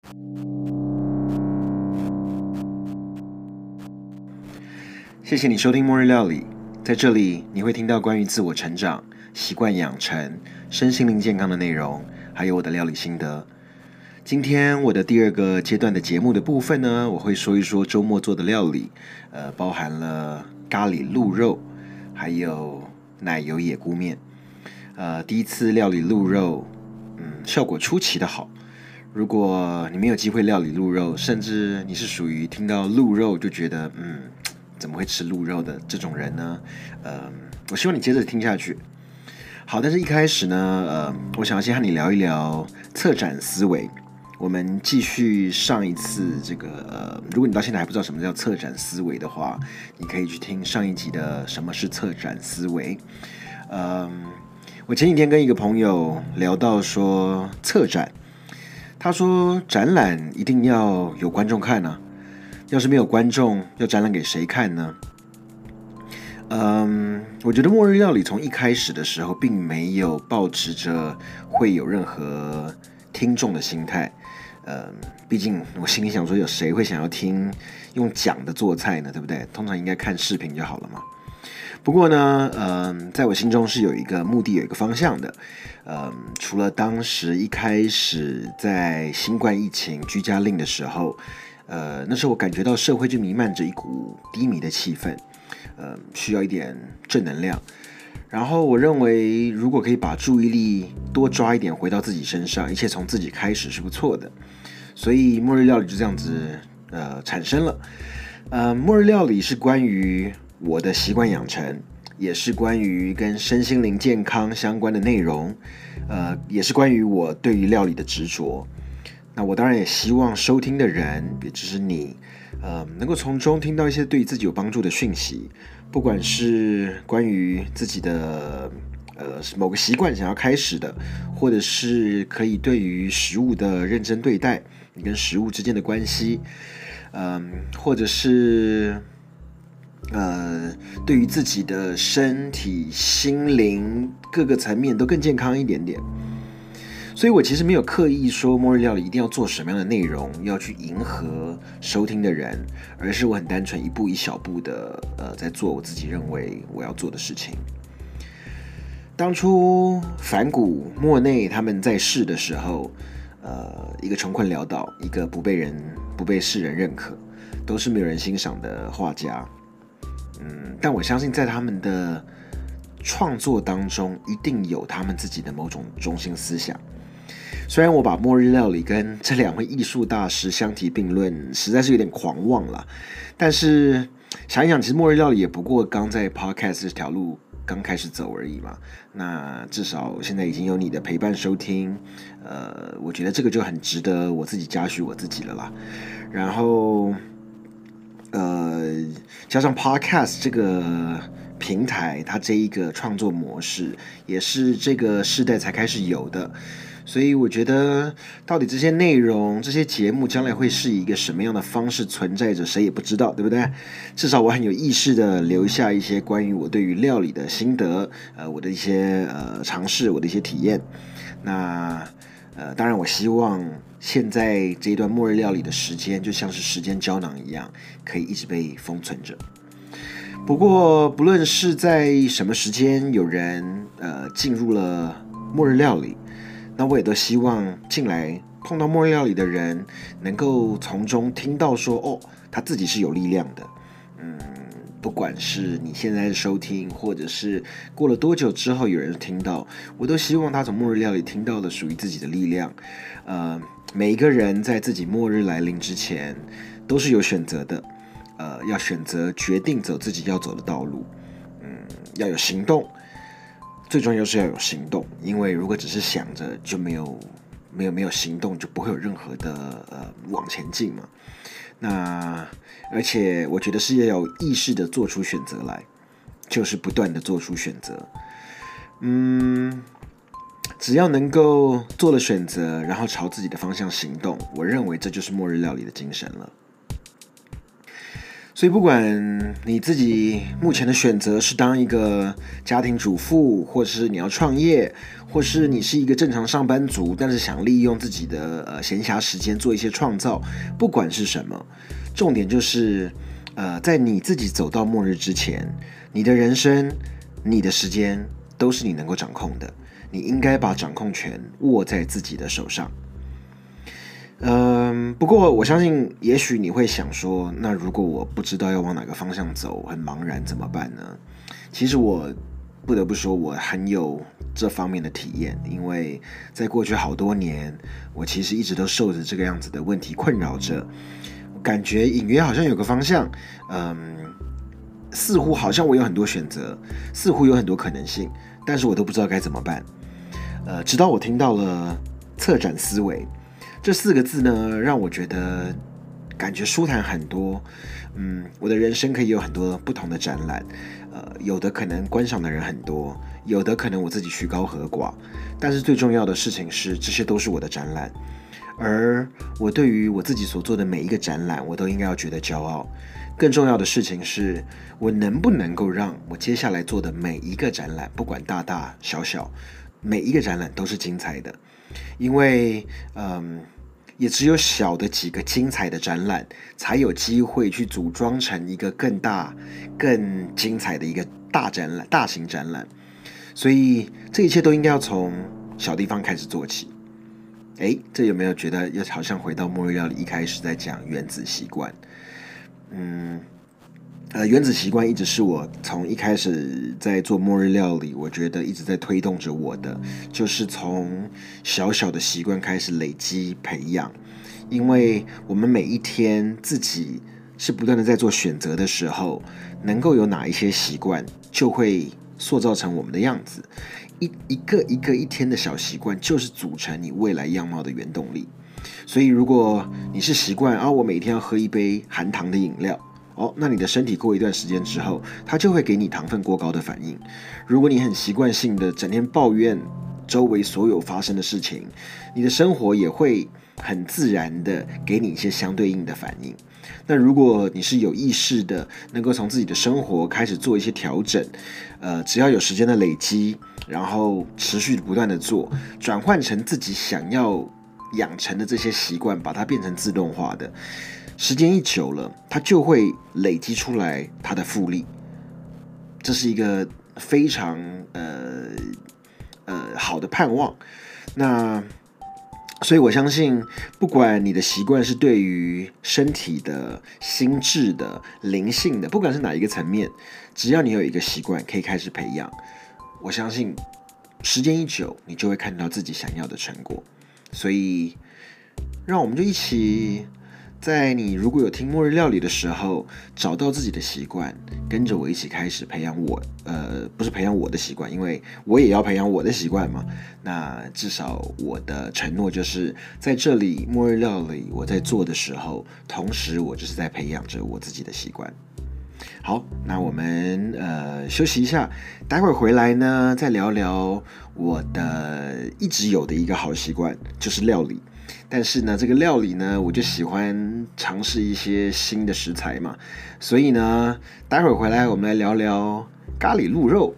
谢谢你收听末日料理，在这里你会听到关于自我成长、习惯养成、身心灵健康的内容，还有我的料理心得。今天我的第二个阶段的节目的部分呢，我会说一说周末做的料理，包含了咖喱鹿肉，还有奶油野菇面。第一次料理鹿肉，效果出奇的好。如果你没有机会料理鹿肉，甚至你是属于听到鹿肉就觉得怎么会吃鹿肉的这种人呢？我希望你接着听下去。好，但是一开始呢，我想要先和你聊一聊策展思维。我们继续上一次这个如果你到现在还不知道什么叫策展思维的话，你可以去听上一集的什么是策展思维。我前几天跟一个朋友聊到说策展，他说展览一定要有观众看啊，要是没有观众，要展览给谁看呢？我觉得末日料理从一开始的时候并没有抱持着会有任何听众的心态。毕竟我心里想说，有谁会想要听用讲的做菜呢？对不对？通常应该看视频就好了嘛。不过呢，在我心中是有一个目的，有一个方向的。除了当时一开始在新冠疫情居家令的时候，那时候我感觉到社会就弥漫着一股低迷的气氛，需要一点正能量。然后我认为，如果可以把注意力多抓一点回到自己身上，一切从自己开始是不错的。所以末日料理就这样子产生了。末日料理是关于我的习惯养成，也是关于跟身心灵健康相关的内容，也是关于我对于料理的执着。那我当然也希望收听的人，也就是你，能够从中听到一些对自己有帮助的讯息，不管是关于自己的某个习惯想要开始的，或者是可以对于食物的认真对待，你跟食物之间的关系，或者是对于自己的身体、心灵各个层面都更健康一点点。所以我其实没有刻意说末日料理一定要做什么样的内容，要去迎合收听的人，而是我很单纯一步一小步的在做我自己认为我要做的事情。当初梵谷、莫内他们在世的时候，一个穷困潦倒，一个不被世人认可，都是没有人欣赏的画家。但我相信在他们的创作当中，一定有他们自己的某种中心思想。虽然我把末日料理跟这两位艺术大师相提并论，实在是有点狂妄啦，但是想一想，其实末日料理也不过刚在 Podcast 这条路刚开始走而已嘛。那至少现在已经有你的陪伴收听，我觉得这个就很值得我自己嘉许我自己了啦。然后加上 Podcast 这个平台，它这一个创作模式也是这个世代才开始有的。所以我觉得到底这些内容这些节目将来会是以一个什么样的方式存在着，谁也不知道，对不对？至少我很有意识的留下一些关于我对于料理的心得，我的一些尝试，我的一些体验。那当然我希望现在这一段末日料理的时间就像是时间胶囊一样，可以一直被封存着。不过不论是在什么时间有人进入了末日料理，那我也都希望进来碰到末日料理的人能够从中听到说，他自己是有力量的。不管是你现在的收听，或者是过了多久之后有人听到，我都希望他从末日料理听到了属于自己的力量。每一个人在自己末日来临之前都是有选择的，要选择决定走自己要走的道路，要有行动。最重要是要有行动，因为如果只是想着就没有行动，就不会有任何的往前进嘛。那而且我觉得是要有意识的做出选择来，就是不断的做出选择。只要能够做了选择，然后朝自己的方向行动，我认为这就是末日料理的精神了。 所以不管你自己目前的选择是当一个家庭主妇，或是你要创业，或是你是一个正常上班族，但是想利用自己的闲暇时间做一些创造，不管是什么，重点就是在你自己走到末日之前，你的人生、你的时间都是你能够掌控的，你应该把掌控权握在自己的手上。不过我相信，也许你会想说，那如果我不知道要往哪个方向走，很茫然怎么办呢？其实我不得不说，我很有这方面的体验，因为在过去好多年，我其实一直都受着这个样子的问题困扰着，感觉隐约好像有个方向，似乎好像我有很多选择，似乎有很多可能性，但是我都不知道该怎么办。直到我听到了策展思维这4个字呢，让我觉得感觉舒坦很多。我的人生可以有很多不同的展览，有的可能观赏的人很多，有的可能我自己曲高和寡，但是最重要的事情是，这些都是我的展览，而我对于我自己所做的每一个展览，我都应该要觉得骄傲。更重要的事情是，我能不能够让我接下来做的每一个展览，不管大大小小，每一个展览都是精彩的。因为也只有小的几个精彩的展览，才有机会去组装成一个更大、更精彩的一个大展览、大型展览。所以这一切都应该要从小地方开始做起。这有没有觉得又好像回到末日料理一开始在讲原子习惯？原子习惯一直是我从一开始在做末日料理，我觉得一直在推动着我的，就是从小小的习惯开始累积培养。因为我们每一天自己是不断的在做选择的时候，能够有哪一些习惯，就会塑造成我们的样子。一天的小习惯，就是组成你未来样貌的原动力。所以如果你是习惯我每天要喝一杯含糖的饮料，那你的身体过一段时间之后，它就会给你糖分过高的反应。如果你很习惯性的整天抱怨周围所有发生的事情，你的生活也会很自然的给你一些相对应的反应。那如果你是有意识的，能够从自己的生活开始做一些调整，只要有时间的累积，然后持续不断的做，转换成自己想要养成的这些习惯，把它变成自动化的。时间一久了，它就会累积出来它的复利，这是一个非常好的盼望。那所以我相信，不管你的习惯是对于身体的、心智的、灵性的，不管是哪一个层面，只要你有一个习惯可以开始培养，我相信时间一久，你就会看到自己想要的成果。所以，让我们就一起。在你如果有听末日料理的时候，找到自己的习惯，跟着我一起开始培养不是培养我的习惯，因为我也要培养我的习惯嘛。那至少我的承诺就是，在这里末日料理我在做的时候，同时我就是在培养着我自己的习惯。好，那我们休息一下，待会儿回来呢，再聊聊我的一直有的一个好习惯，就是料理。但是呢，这个料理呢，我就喜欢尝试一些新的食材嘛，所以呢，待会儿回来我们来聊聊咖喱鹿肉。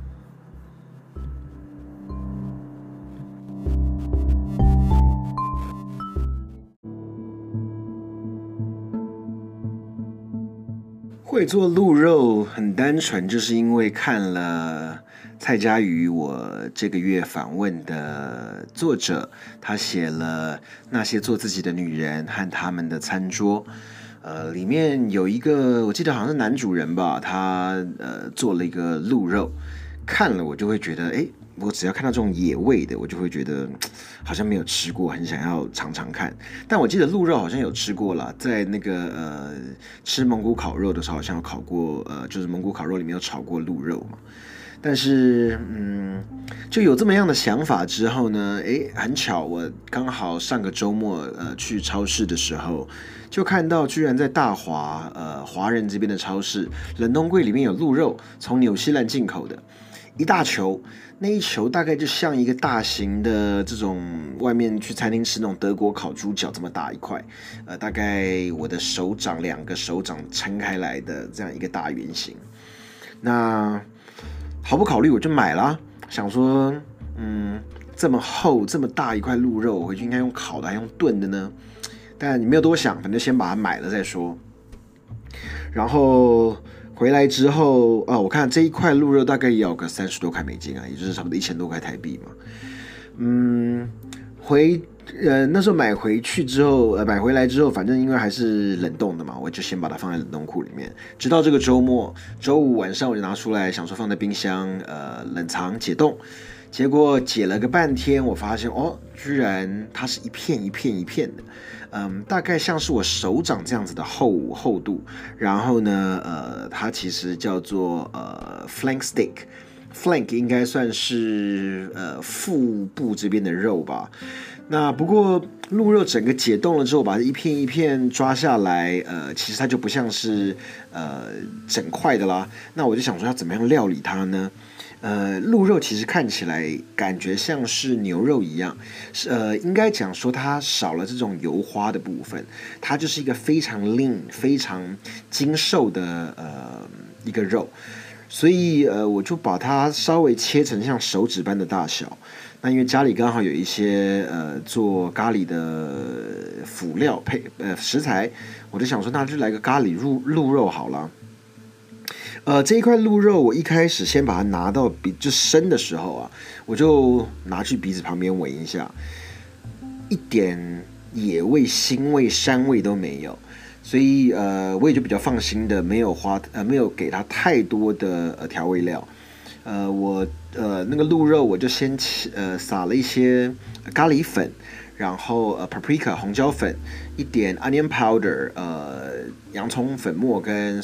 会做鹿肉很单纯，就是因为看了蔡佳瑜我这个月访问的作者，他写了那些做自己的女人和他们的餐桌，里面有一个我记得好像是男主人吧，他做了一个鹿肉，看了我就会觉得我只要看到这种野味的，我就会觉得好像没有吃过，很想要尝尝看。但我记得鹿肉好像有吃过啦，在那个吃蒙古烤肉的时候，好像有烤过，就是蒙古烤肉里面有炒过鹿肉嘛。但是就有这么样的想法之后呢，很巧，我刚好上个周末去超市的时候，就看到居然在大华华人这边的超市冷冻柜里面有鹿肉，从纽西兰进口的。 一大球，那一球大概就像一个大型的这种外面去餐厅吃那种德国烤猪脚这么大一块，大概我的手掌2个手掌撑开来的这样一个大圆形。那毫不考虑我就买了，想说，这么厚这么大一块鹿肉，我回去应该用烤的还用炖的呢？但你没有多想，反正先把它买了再说。然后回来之后我看这一块鹿肉大概也要个30多块美金啊，也就是差不多1000多块台币嘛。那时候买回去之后，买回来之后，反正因为还是冷冻的嘛，我就先把它放在冷冻库里面，直到这个周末，周五晚上我就拿出来，想说放在冰箱，冷藏解冻。结果解了个半天，我发现居然它是一片一片一片的，大概像是我手掌这样子的厚度。然后呢，它其实叫做flank steak。flank 应该算是腹部这边的肉吧。那不过鹿肉整个解冻了之后，把它一片一片抓下来，其实它就不像是整块的啦。那我就想说要怎么样料理它呢？鹿肉其实看起来感觉像是牛肉一样，应该讲说它少了这种油花的部分，它就是一个非常 lean、非常精瘦的一个肉。所以我就把它稍微切成像手指般的大小。那因为家里刚好有一些做咖喱的辅料食材，我就想说那就来个咖喱鹿肉好了。这一块鹿肉我一开始先把它拿到就生的时候啊，我就拿去鼻子旁边闻一下，一点野味、腥味、膻味都没有。所以我也就比较放心的，没有给它太多的调味料。我那个鹿肉我就先撒了一些咖喱粉，然后paprika 红椒粉，一点 onion powder，洋葱粉末跟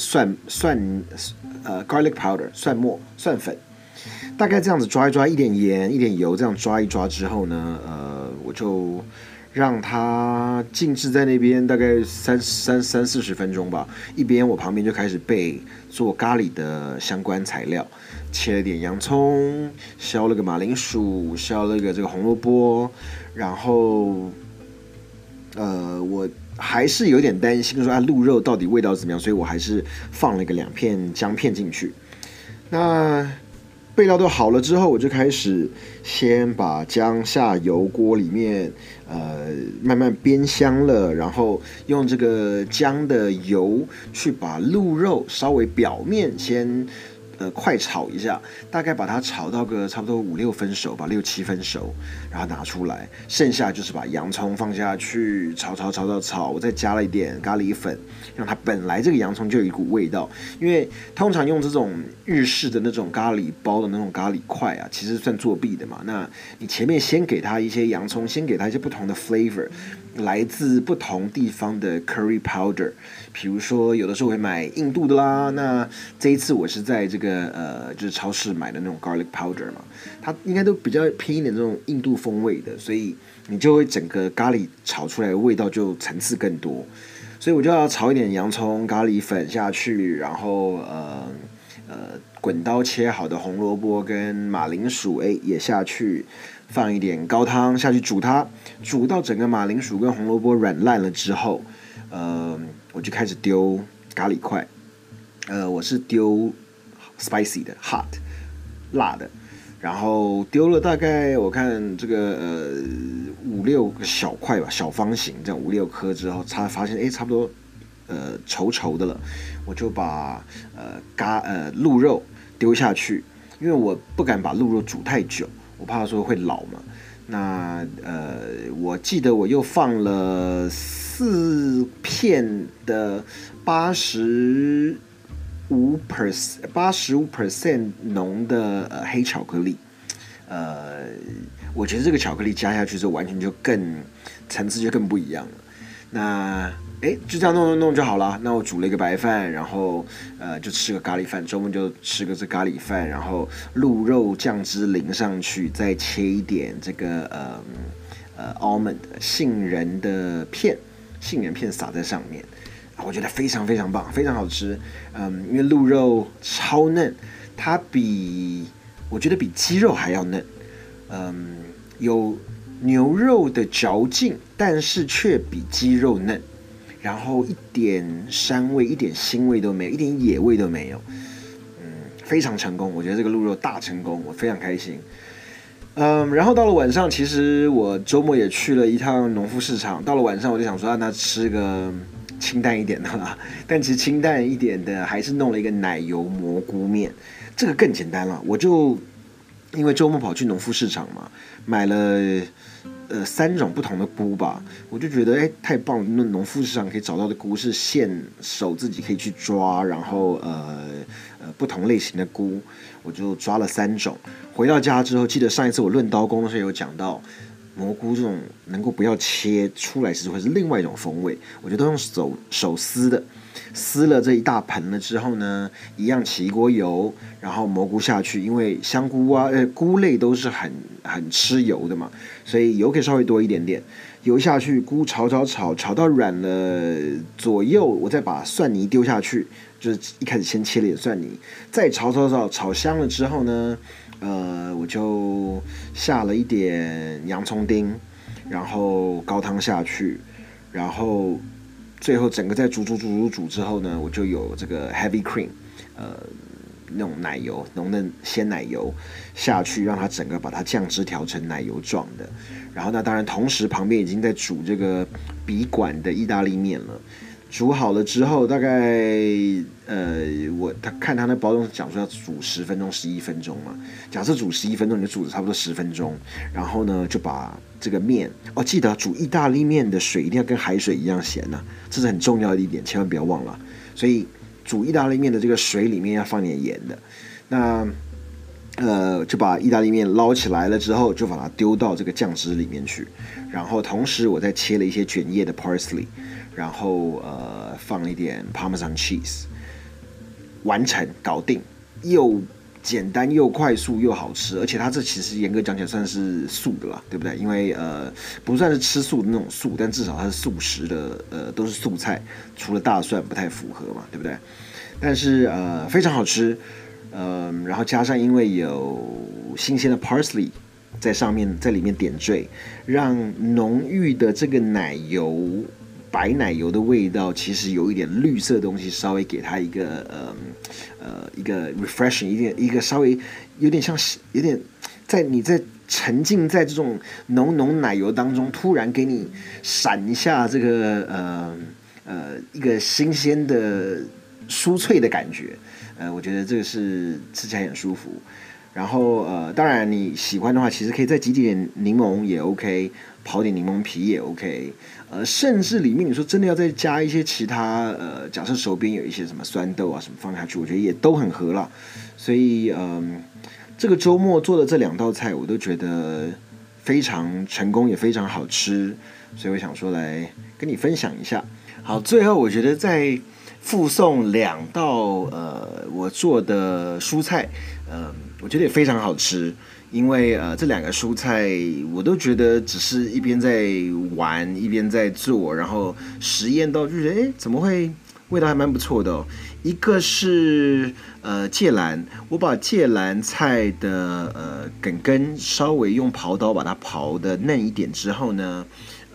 garlic powder 蒜粉，大概这样子抓一抓，一点盐一点油，这样抓一抓之后呢，我就让它静置在那边大概30-40分钟吧。一边我旁边就开始备做咖喱的相关材料，切了点洋葱，削了个马铃薯，削了个这个红萝卜，然后我还是有点担心说鹿肉到底味道怎么样，所以我还是放了个2片姜片进去。那备料都好了之后，我就开始先把姜下油锅里面，慢慢煸香了，然后用这个姜的油去把鹿肉稍微表面先快炒一下，大概把它炒到个差不多5-6分熟吧，6-7分熟，然后拿出来，剩下就是把洋葱放下去炒，我再加了一点咖喱粉，让它本来这个洋葱就有一股味道。因为通常用这种日式的那种咖喱包的那种咖喱块啊，其实算作弊的嘛。那你前面先给它一些洋葱，先给它一些不同的 flavor， 来自不同地方的 curry powder， 比如说有的时候会买印度的啦，那这一次我是在这个就是超市买的那种 garlic powder 嘛，它应该都比较偏一点这种印度风味的，所以你就会整个咖喱炒出来的味道就层次更多。所以我就要炒一点洋葱、咖喱粉下去，然后滚刀切好的红萝卜跟马铃薯也下去，放一点高汤下去煮它，煮到整个马铃薯跟红萝卜软烂了之后，我就开始丢咖喱块。我是丢 spicy 的 hot 辣的，然后丢了大概我看这个5-6个小块吧，小方形这样5-6颗之后，发现差不多稠稠的了，我就把鹿肉丢下去，因为我不敢把鹿肉煮太久，我怕说会老嘛。那我记得我又放了4片的85% 浓的黑巧克力，我觉得这个巧克力加下去之后，完全就层次就更不一样了。那就这样弄就好了。那我煮了一个白饭，然后就吃个咖喱饭，周末就吃个这咖喱饭，然后鹿肉酱汁淋上去，再切一点这个almond 杏仁片撒在上面。我觉得非常非常棒，非常好吃。因为鹿肉超嫩，它比我觉得比鸡肉还要嫩，有牛肉的嚼劲，但是却比鸡肉嫩，然后一点膻味、一点腥味都没有，一点野味都没有，非常成功。我觉得这个鹿肉大成功，我非常开心。然后到了晚上，其实我周末也去了一趟农夫市场。到了晚上，我就想说，那吃个清淡一点的啦。但其实清淡一点的，还是弄了一个奶油蘑菇面，这个更简单了。我就因为周末跑去农夫市场嘛，买了3种不同的菇吧，我就觉得太棒了。那农夫市场可以找到的菇是现手自己可以去抓，然后不同类型的菇，我就抓了3种。回到家之后，记得上一次我论刀工的时候有讲到，蘑菇这种能够不要切出来时会是另外一种风味，我觉得都用手撕的。撕了这一大盆了之后呢，一样起一锅油，然后蘑菇下去，因为香菇啊、菇类都是很吃油的嘛，所以油可以稍微多一点点。油下去，菇炒到软了左右，我再把蒜泥丢下去，就是一开始先切了点蒜泥，再炒香了之后呢，我就下了一点洋葱丁，然后高汤下去，然后最后整个再煮之后呢，我就有这个 heavy cream，那种奶油，浓的鲜奶油下去，让它整个把它酱汁调成奶油状的。然后那当然同时旁边已经在煮这个笔管的意大利面了。煮好了之后，大概他看他那包装讲说要煮10分钟、11分钟嘛。假设煮11分钟，你就煮差不多10分钟。然后呢，就把这个面记得煮意大利面的水一定要跟海水一样咸呐，这是很重要的一点，千万不要忘了。所以煮意大利面的这个水里面要放点盐的。那就把意大利面捞起来了之后，就把它丢到这个酱汁里面去。然后同时我再切了一些卷叶的 parsley。然后放一点 Parmesan cheese， 完成搞定，又简单又快速又好吃，而且它这其实严格讲起来算是素的啦，对不对？因为不算是吃素的那种素，但至少它是素食的，都是素菜，除了大蒜不太符合嘛，对不对？但是非常好吃，然后加上因为有新鲜的 parsley。在上面，在里面点缀，让浓郁的这个奶油。白奶油的味道其实有一点绿色的东西，稍微给它一个一个 refreshing， 一个稍微有点像有点你在沉浸在这种浓奶油当中，突然给你闪一下这个一个新鲜的酥脆的感觉，我觉得这个是吃起来很舒服。然后当然你喜欢的话，其实可以再挤点柠檬也 OK， 刨点柠檬皮也 OK。甚至里面你说真的要再加一些其他假设手边有一些什么酸豆啊什么放下去，我觉得也都很合啦。所以这个周末做的这2道菜我都觉得非常成功，也非常好吃，所以我想说来跟你分享一下。好，最后我觉得再附送2道我做的蔬菜，我觉得也非常好吃。因为这2个蔬菜我都觉得只是一边在玩一边在做，然后实验到就觉得怎么会味道还蛮不错的哦。一个是芥蓝，我把芥蓝菜的梗根稍微用刨刀把它刨的嫩一点之后呢，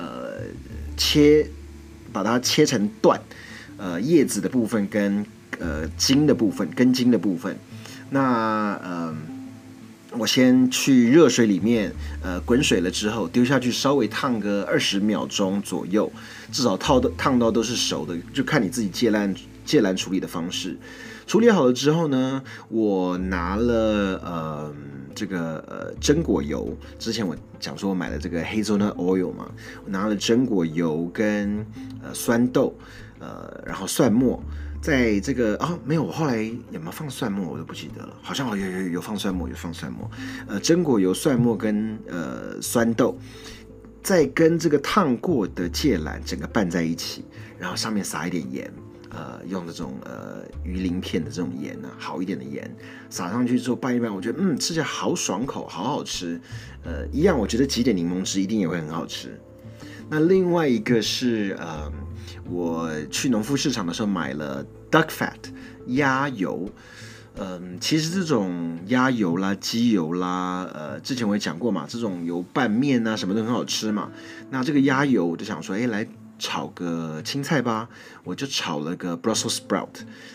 把它切成段，叶子的部分跟茎的部分，根茎的部分，那我先去热水里面，滚水了之后丢下去，稍微烫个20秒钟左右，至少烫到都是熟的，就看你自己芥蓝处理的方式。处理好了之后呢，我拿了这个榛果油，之前我讲说我买了这个 hazelnut oil 嘛，我拿了榛果油跟酸豆，然后蒜末。在这个没有，我后来有没有放蒜末我都不记得了，好像有放蒜末，榛果油、蒜末跟酸豆，再跟这个烫过的芥蓝整个拌在一起，然后上面撒一点盐，用这种鱼鳞片的这种盐呢，好一点的盐撒上去之后拌一拌，我觉得吃起来好爽口，好好吃。一样，我觉得挤点柠檬汁一定也会很好吃。那另外一个是我去农夫市场的时候买了 duck fat 鸭油， 其实这种鸭油啦、鸡油啦，之前我也讲过嘛，这种油拌面啊，什么都很好吃嘛。那这个鸭油，我就想说，来炒个青菜吧，我就炒了个 Brussels sprout，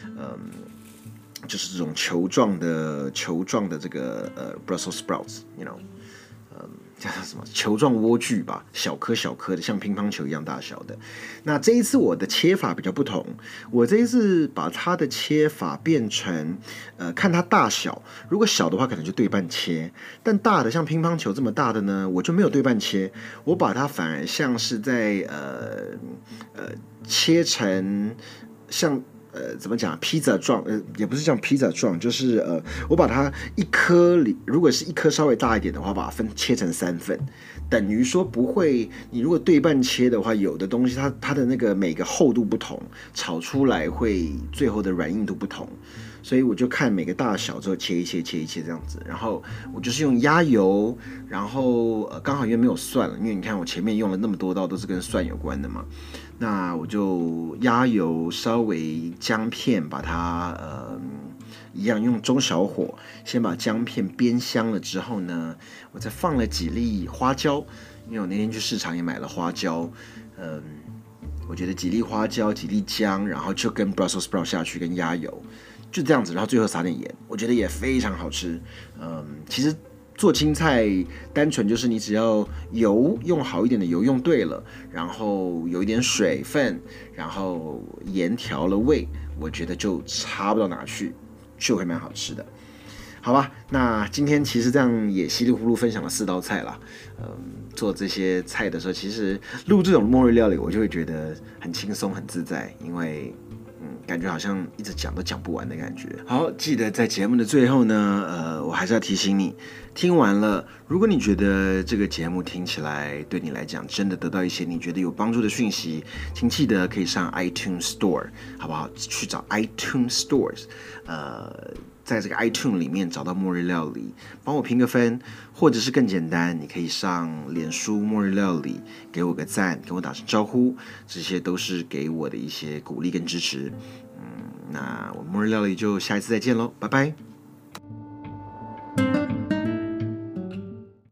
就是这种球状的这个Brussels sprouts，叫什么球状莴苣吧，小颗小颗的，像乒乓球一样大小的。那这一次我的切法比较不同，我这一次把它的切法变成，看它大小，如果小的话可能就对半切，但大的像乒乓球这么大的呢，我就没有对半切，我把它反而像是在切成像。怎么讲？披萨状，也不是像披萨状，就是我把它一颗里，如果是一颗稍微大一点的话，把它切成3份，等于说不会，你如果对半切的话，有的东西它的那个每个厚度不同，炒出来会最后的软硬度不同，所以我就看每个大小之后切一切这样子，然后我就是用鸭油，然后刚好因为没有蒜了，因为你看我前面用了那么多道都是跟蒜有关的嘛。那我就鸭油稍微姜片把它一样用中小火先把姜片煸香了之后呢，我再放了几粒花椒，因为我那天去市场也买了花椒，我觉得几粒花椒几粒姜，然后就跟 Brussels sprout 下去跟鸭油，就这样子，然后最后撒点盐，我觉得也非常好吃。其实做青菜单纯就是你只要油用好一点的油用对了，然后有一点水分，然后盐调了味，我觉得就差不到哪去，就会蛮好吃的。好吧，那今天其实这样也稀里糊涂分享了4道菜啦。做这些菜的时候，其实录这种末日料理，我就会觉得很轻松很自在，因为感觉好像一直讲都讲不完的感觉。好，记得在节目的最后呢，我还是要提醒你，听完了，如果你觉得这个节目听起来对你来讲真的得到一些你觉得有帮助的讯息，请记得可以上 iTunes Store， 好不好？去找 iTunes Stores，在这个 iTunes 里面找到末日料理，帮我评个分，或者是更简单，你可以上脸书末日料理，给我个赞，跟我打声招呼，这些都是给我的一些鼓励跟支持。那我末日料理就下一次再见喽，拜拜。